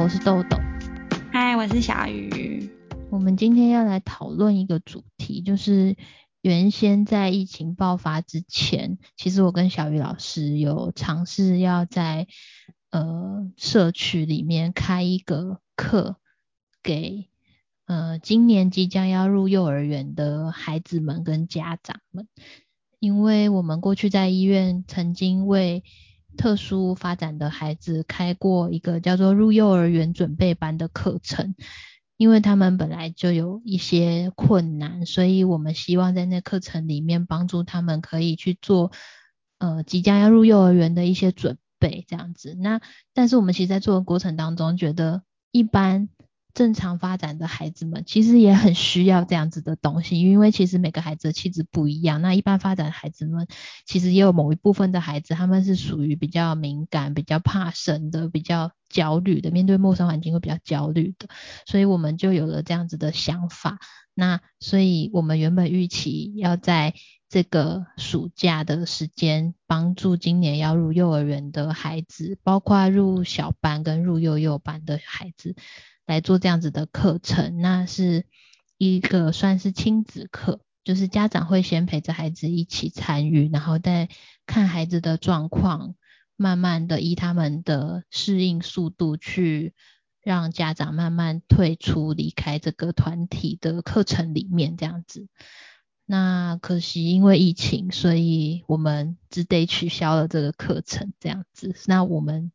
我是豆豆。 嗨，我是小鱼。 我们今天要来讨论一个主题，就是原先在疫情爆发之前，其实我跟小鱼老师有尝试要在社区里面开一个课给今年即将要入幼儿园的孩子们跟家长们。因为我们过去在医院曾经为特殊发展的孩子开过一个叫做入幼儿园准备班的课程，因为他们本来就有一些困难，所以我们希望在那课程里面帮助他们可以去做即将要入幼儿园的一些准备这样子。但是我们其实在做的过程当中，觉得一般正常发展的孩子们其实也很需要这样子的东西，因为其实每个孩子的气质不一样。那一般发展的孩子们其实也有某一部分的孩子，他们是属于比较敏感、比较怕生的、比较焦虑的，面对陌生环境会比较焦虑的，所以我们就有了这样子的想法。那所以我们原本预期要在这个暑假的时间帮助今年要入幼儿园的孩子，包括入小班跟入幼幼班的孩子来做这样子的课程。那是一个算是亲子课，就是家长会先陪着孩子一起参与，然后再看孩子的状况，慢慢的依他们的适应速度去让家长慢慢退出离开这个团体的课程里面这样子。那可惜因为疫情，所以我们只得取消了这个课程这样子。那我们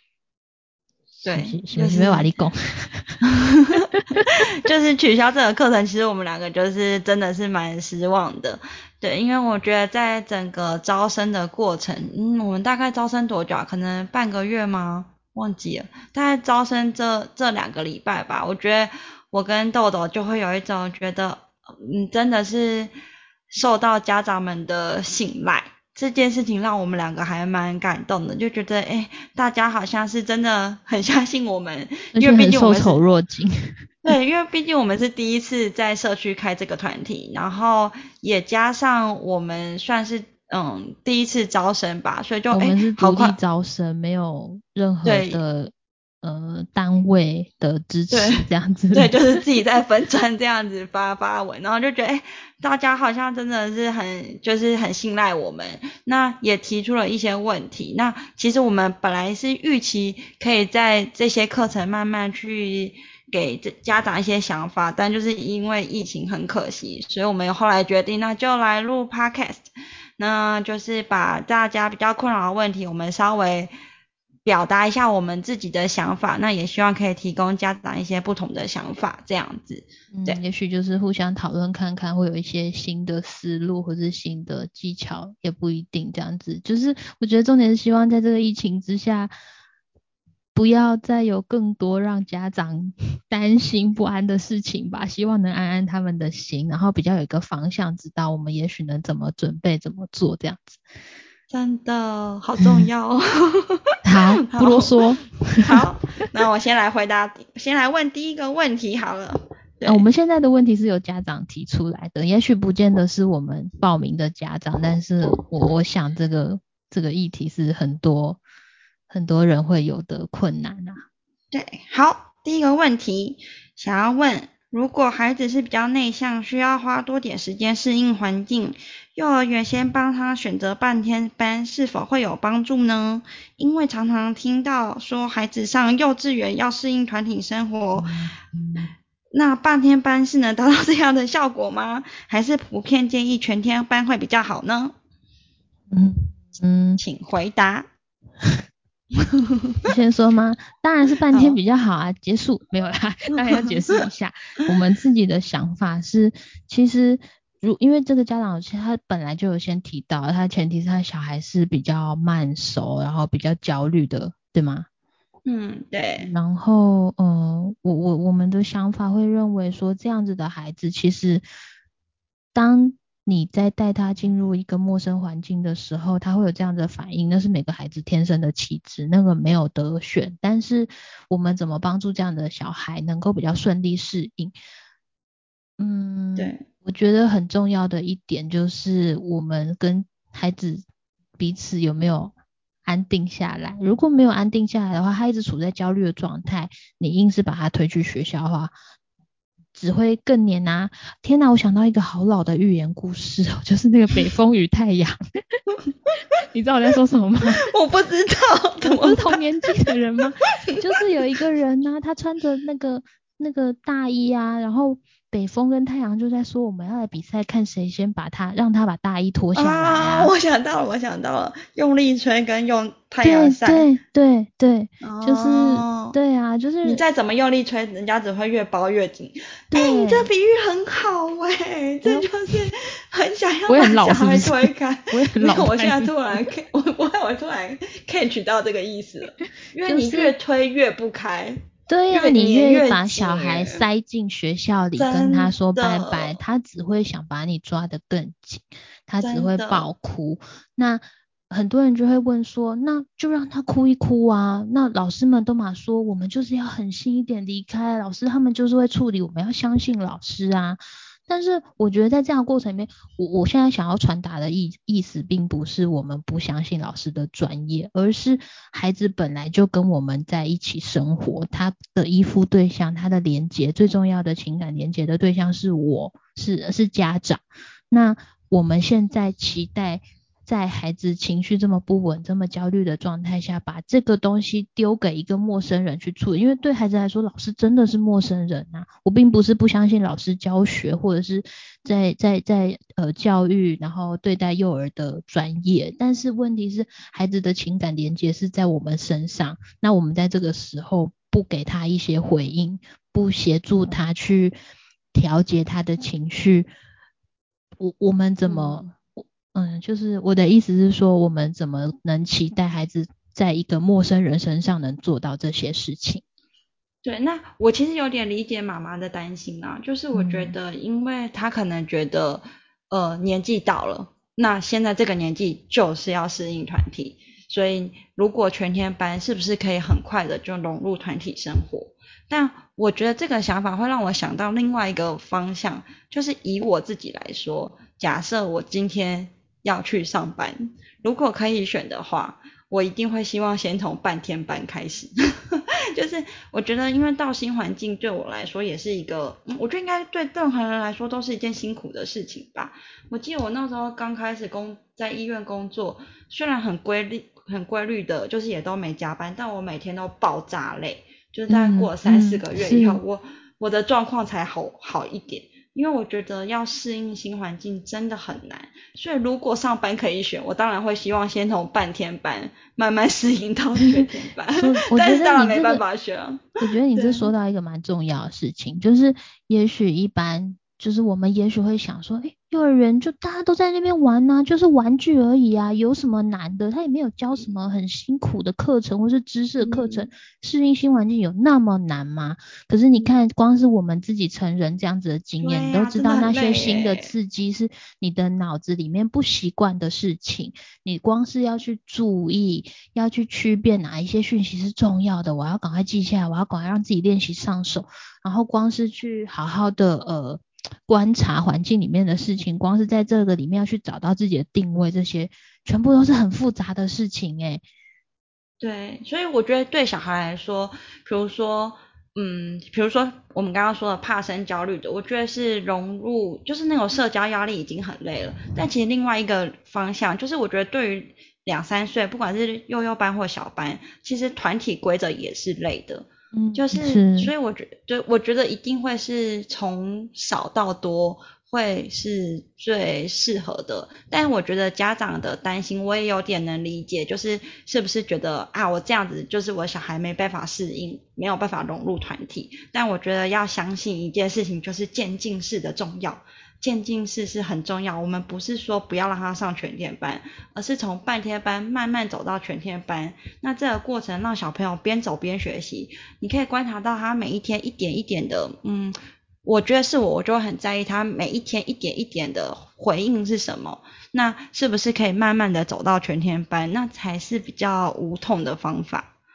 对， 是没有瓦力讲就是取消这个课程，其实我们两个就是真的是蛮失望的。对，因为我觉得在整个招生的过程，我们大概招生多久啊？可能半个月吗？忘记了，大概招生这2个礼拜吧。我觉得我跟豆豆就会有一种觉得，真的是受到家长们的信赖。这件事情让我们两个还蛮感动的，就觉得大家好像是真的很相信我们， 而且很受宠若惊。 对，因为毕竟我们是第一次在社区开这个团体，然后也加上我们算是第一次招生吧，所以就我们是独立好快招生，没有任何对的单位的支对持这样子。 对，就是自己在粉专这样子发文，然后就觉得大家好像真的是很信赖我们，那也提出了一些问题。那其实我们本来是预期可以在这些课程慢慢去给家长一些想法，但就是因为疫情很可惜，所以我们后来决定那就来录 podcast， 那就是把大家比较困扰的问题我们稍微表达一下我们自己的想法，那也希望可以提供家长一些不同的想法这样子。对， 也许就是互相讨论看看，会有一些新的思路或是新的技巧，也不一定这样子。就是我觉得重点是希望在这个疫情之下，不要再有更多让家长担心不安的事情吧。希望能安安他们的心，然后比较有一个方向，知道我们也许能怎么准备、怎么做这样子。 真的好重要哦。 好，不啰嗦。 好，那我先来问第一个问题好了。 我们现在的问题是由家长提出来的，也许不见得是我们报名的家长，但是我想这个议题是很多人会有的困难啊。 对，好，第一个问题想要问，如果孩子是比较内向，需要花多点时间适应环境，幼儿园先帮他选择半天班是否会有帮助呢？因为常常听到说孩子上幼稚园要适应团体生活，那半天班是能达到这样的效果吗？还是普遍建议全天班会比较好呢？请回答。 先说吗？当然是半天比较好啊。结束没有啦，当然要解释一下。我们自己的想法是，其实因为这个家长他本来就有先提到，他前提是他小孩是比较慢熟，然后比较焦虑的，对吗？ 对。 然后，我们的想法会认为说，这样子的孩子，其实当你在带他进入一个陌生环境的时候，他会有这样的反应，那是每个孩子天生的气质，那个没有得选。但是我们怎么帮助这样的小孩能够比较顺利适应？ 对， 我觉得很重要的一点就是我们跟孩子彼此有没有安定下来。如果没有安定下来的话，他一直处在焦虑的状态，你硬是把他推去学校的话，只会更黏啊！天哪，我想到一个好老的寓言故事哦，就是那个北风与太阳。你知道我在说什么吗？ 我不知道， 我们不是同年纪的人吗？就是有一个人呢、他穿着那个大衣啊，然后北风跟太阳就在说我们要来比赛，看谁先让他把大衣脱下来啊。 我想到了，用力吹跟用太阳对晒。 对对对，就是哦， 对啊，就是你再怎么用力吹，人家只会越包越紧。你这对。 比喻很好这就是很想要我也很老把小孩是不是？ 推开。 我也很没有，我老派。 现在突然我突然 catch 到这个意思了，因为你越就是推越不开， 对呀、 越你黏越越把紧小孩耶， 塞进学校里，跟他真说拜拜， 的他只会想把你抓得更紧，他只会真的。 爆哭。那很多人就会问说，那就让他哭一哭啊。那老师们都嘛说，我们就是要狠心一点离开，老师他们就是会处理，我们要相信老师啊。但是我觉得在这样的过程里面，我现在想要传达的意思，并不是我们不相信老师的专业，而是孩子本来就跟我们在一起生活，他的依附对象，他的连接，最重要的情感连接的对象是我，是家长。那我们现在期待在孩子情绪这么不稳、这么焦虑的状态下，把这个东西丢给一个陌生人去处理，因为对孩子来说，老师真的是陌生人啊。我并不是不相信老师教学或者是在教育，然后对待幼儿的专业，但是问题是孩子的情感连接是在我们身上，那我们在这个时候不给他一些回应，不协助他去调节他的情绪，我们怎么？就是我的意思是说，我们怎么能期待孩子在一个陌生人身上能做到这些事情？ 对，那我其实有点理解妈妈的担心啊，就是我觉嗯得，因为她可能觉得，年纪到了，那现在这个年纪就是要适应团体，所以如果全天班是不是可以很快的就融入团体生活？但我觉得这个想法会让我想到另外一个方向，就是以我自己来说，假设我今天要去上班，如果可以选的话，我一定会希望先从半天班开始。就是我觉得，因为到新环境对我来说也是一个，我觉得应该对任何人来说都是一件辛苦的事情吧。我记得我那时候刚开始在医院工作，虽然很规律的，就是也都没加班，但我每天都爆炸累。就是大概过了3-4个月以后， 是。 我的状况才好一点。因为我觉得要适应新环境真的很难，所以如果上班可以选，我当然会希望先从半天班慢慢适应到全天班， 我但是觉得当然没办你这个， 法选啊。 我觉得你这对， 说到一个蛮重要的事情，就是也许一般，就是我们也许会想说，诶，幼儿园就大家都在那边玩呐、就是玩具而已啊，有什么难的？他也没有教什么很辛苦的课程或是知识的课程， 嗯， 适应新环境有那么难吗？可是你看，光是我们自己成人这样子的经验，你对呀、 都知道那真的很些新的累耶。 刺激是你的脑子里面不习惯的事情。你光是要去注意，要去区辨哪一些讯息是重要的，我要赶快记下来，我要赶快让自己练习上手。然后光是去好好的观察环境里面的事情，光是在这个里面要去找到自己的定位，这些全部都是很复杂的事情诶。 对，所以我觉得对小孩来说，比如说我们刚刚说的怕生焦虑的，我觉得是融入，就是那种社交压力已经很累了。但其实另外一个方向，就是我觉得对于2-3岁，不管是幼幼班或小班，其实团体规则也是累的。 嗯， 所是。 以我觉得一定会是从少到多会是最适合的。但我觉得家长的担心我也有点能理解，就是是不是觉得啊我这样子就是我小孩没办法适应，没有办法融入团体。但我觉得要相信一件事情，就是渐进式的重要。渐进式是很重要，我们不是说不要让他上全天班，而是从半天班慢慢走到全天班。那这个过程让小朋友边走边学习，你可以观察到他每一天一点一点的，我觉得是我就会很在意他每一天一点一点的回应是什么，那是不是可以慢慢的走到全天班，那才是比较无痛的方法。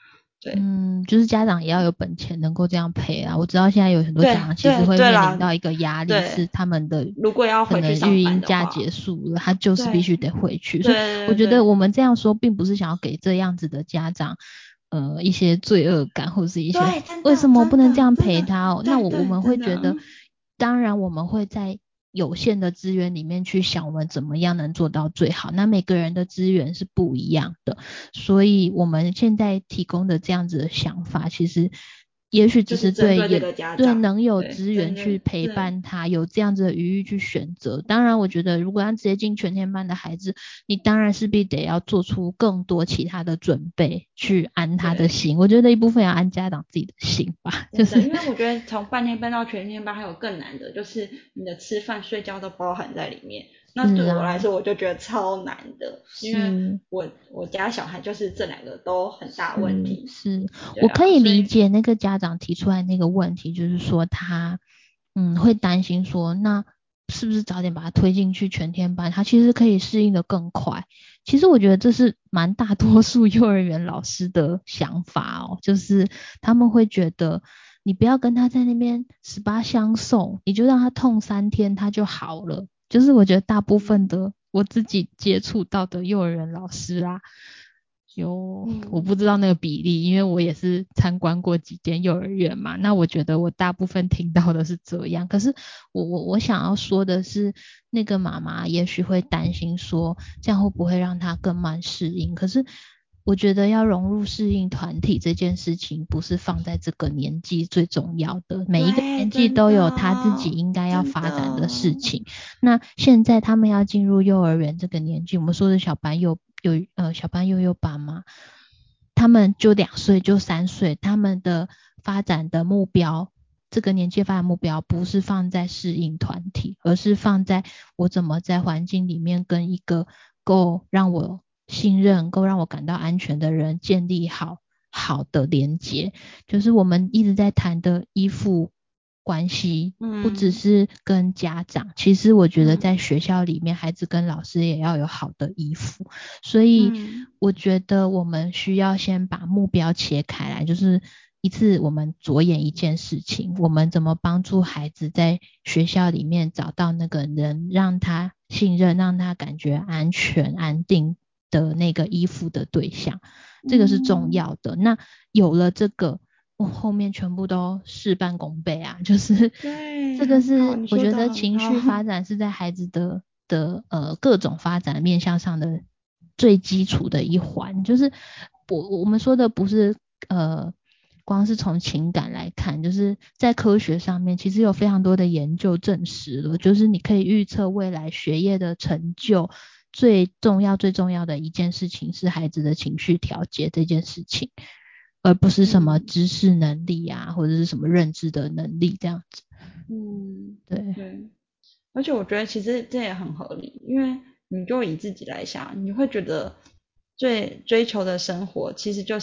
对， 就是家长也要有本钱能够这样陪啊。我知道现在有很多家长其实会面临到一个压力，是他们的如果要可能回去上育婴假班的话， 结束了，他就是必须得回去。所以对我觉得我们这样说，并不是想要给这样子的家长一些罪恶感，或者是一些为什么不能这样陪他哦？那我们会觉得，当然我们会在有限的资源里面去想我们怎么样能做到最好。那每个人的资源是不一样的，所以我们现在提供的这样子的想法，其实也许只是对能有资源去陪伴他，有这样子的余裕去选择。当然我觉得如果要直接进全天班的孩子，你当然势必得要做出更多其他的准备去安他的心。我觉得一部分要安家长自己的心吧，就是因为我觉得从半天班到全天班还有更难的，就是你的吃饭睡觉都包含在里面。那对我来说我就觉得超难的，因为我家小孩就是这两个都很大问题。 是我可以理解那个家长提出来那个问题，就是说他会担心说，那是不是早点把他推进去全天班，他其实可以适应的更快。其实我觉得这是蛮大多数幼儿园老师的想法哦，就是他们会觉得你不要跟他在那边18相送，你就让他痛3天他就好了。就是我觉得大部分的我自己接触到的幼儿园老师啊，我不知道那个比例，因为我也是参观过几间幼儿园嘛。那我觉得我大部分听到的是这样。可是我想要说的是，那个妈妈也许会担心说，这样会不会让她更慢适应？可是我觉得要融入适应团体这件事情，不是放在这个年纪最重要的。每一个年纪都有他自己应该要发展的事情。那现在他们要进入幼儿园这个年纪，我们说的小班小班幼幼班嘛，他们就2岁就3岁，他们的发展的目标，这个年纪发展目标不是放在适应团体，而是放在我怎么在环境里面跟一个够让我信任、够让我感到安全的人建立好的连结。就是我们一直在谈的依附关系，不只是跟家长，其实我觉得在学校里面，孩子跟老师也要有好的依附。所以我觉得我们需要先把目标切开来，就是一次我们着眼一件事情，我们怎么帮助孩子在学校里面找到那个人，让他信任，让他感觉安全安定的那个依附的对象，这个是重要的。那有了这个，后面全部都事半功倍啊！就是这个是我觉得情绪发展是在孩子的各种发展面向上的最基础的一环。就是我们说的不是光是从情感来看，就是在科学上面其实有非常多的研究证实了，就是你可以预测未来学业的成就，最重要的一件事情是孩子的情绪调节这件事情，而不是什么知识能力啊，或者是什么认知的能力这样子。 对。而且我觉得其实这也很合理，因为你就以自己来想，你会觉得最追求的生活其实就是，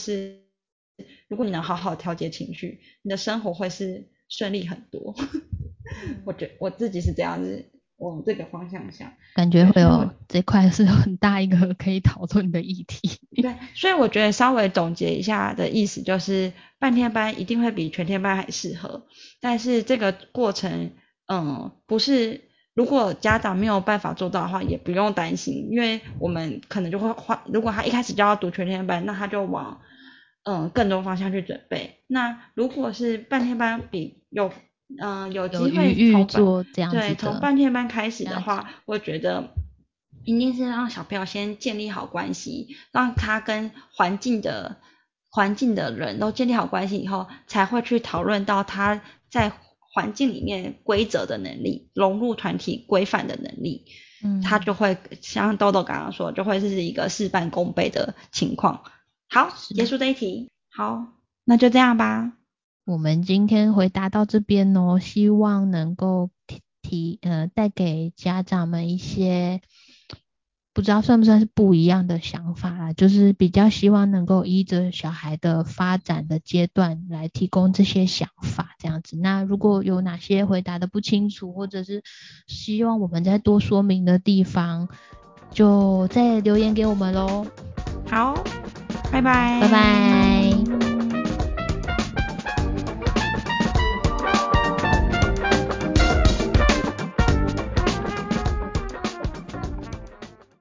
如果你能好好调节情绪，你的生活会是顺利很多。我觉得我自己是这样子往这个方向想， 感觉会有这块是很大一个可以讨论的议题。 对，所以我觉得稍微总结一下的意思就是，半天班一定会比全天班还适合，但是这个过程，不是。如果家长没有办法做到的话，也不用担心，因为我们可能就会如果他一开始就要读全天班，那他就往更多方向去准备。那如果是半天班有机会从半天班开始的话，我觉得一定是让小朋友先建立好关系，让他跟环境的人都建立好关系以后，才会去讨论到他在环境里面规则的能力，融入团体规范的能力，他就会像豆豆刚刚说，就会是一个事半功倍的情况。好，结束这一题。好，那就这样吧。 我们今天回答到这边哦，希望能够带给家长们一些不知道算不算是不一样的想法啦，就是比较希望能够依着小孩的发展的阶段来提供这些想法这样子。那如果有哪些回答的不清楚，或者是希望我们再多说明的地方，就再留言给我们咯。 好，拜拜。 拜拜。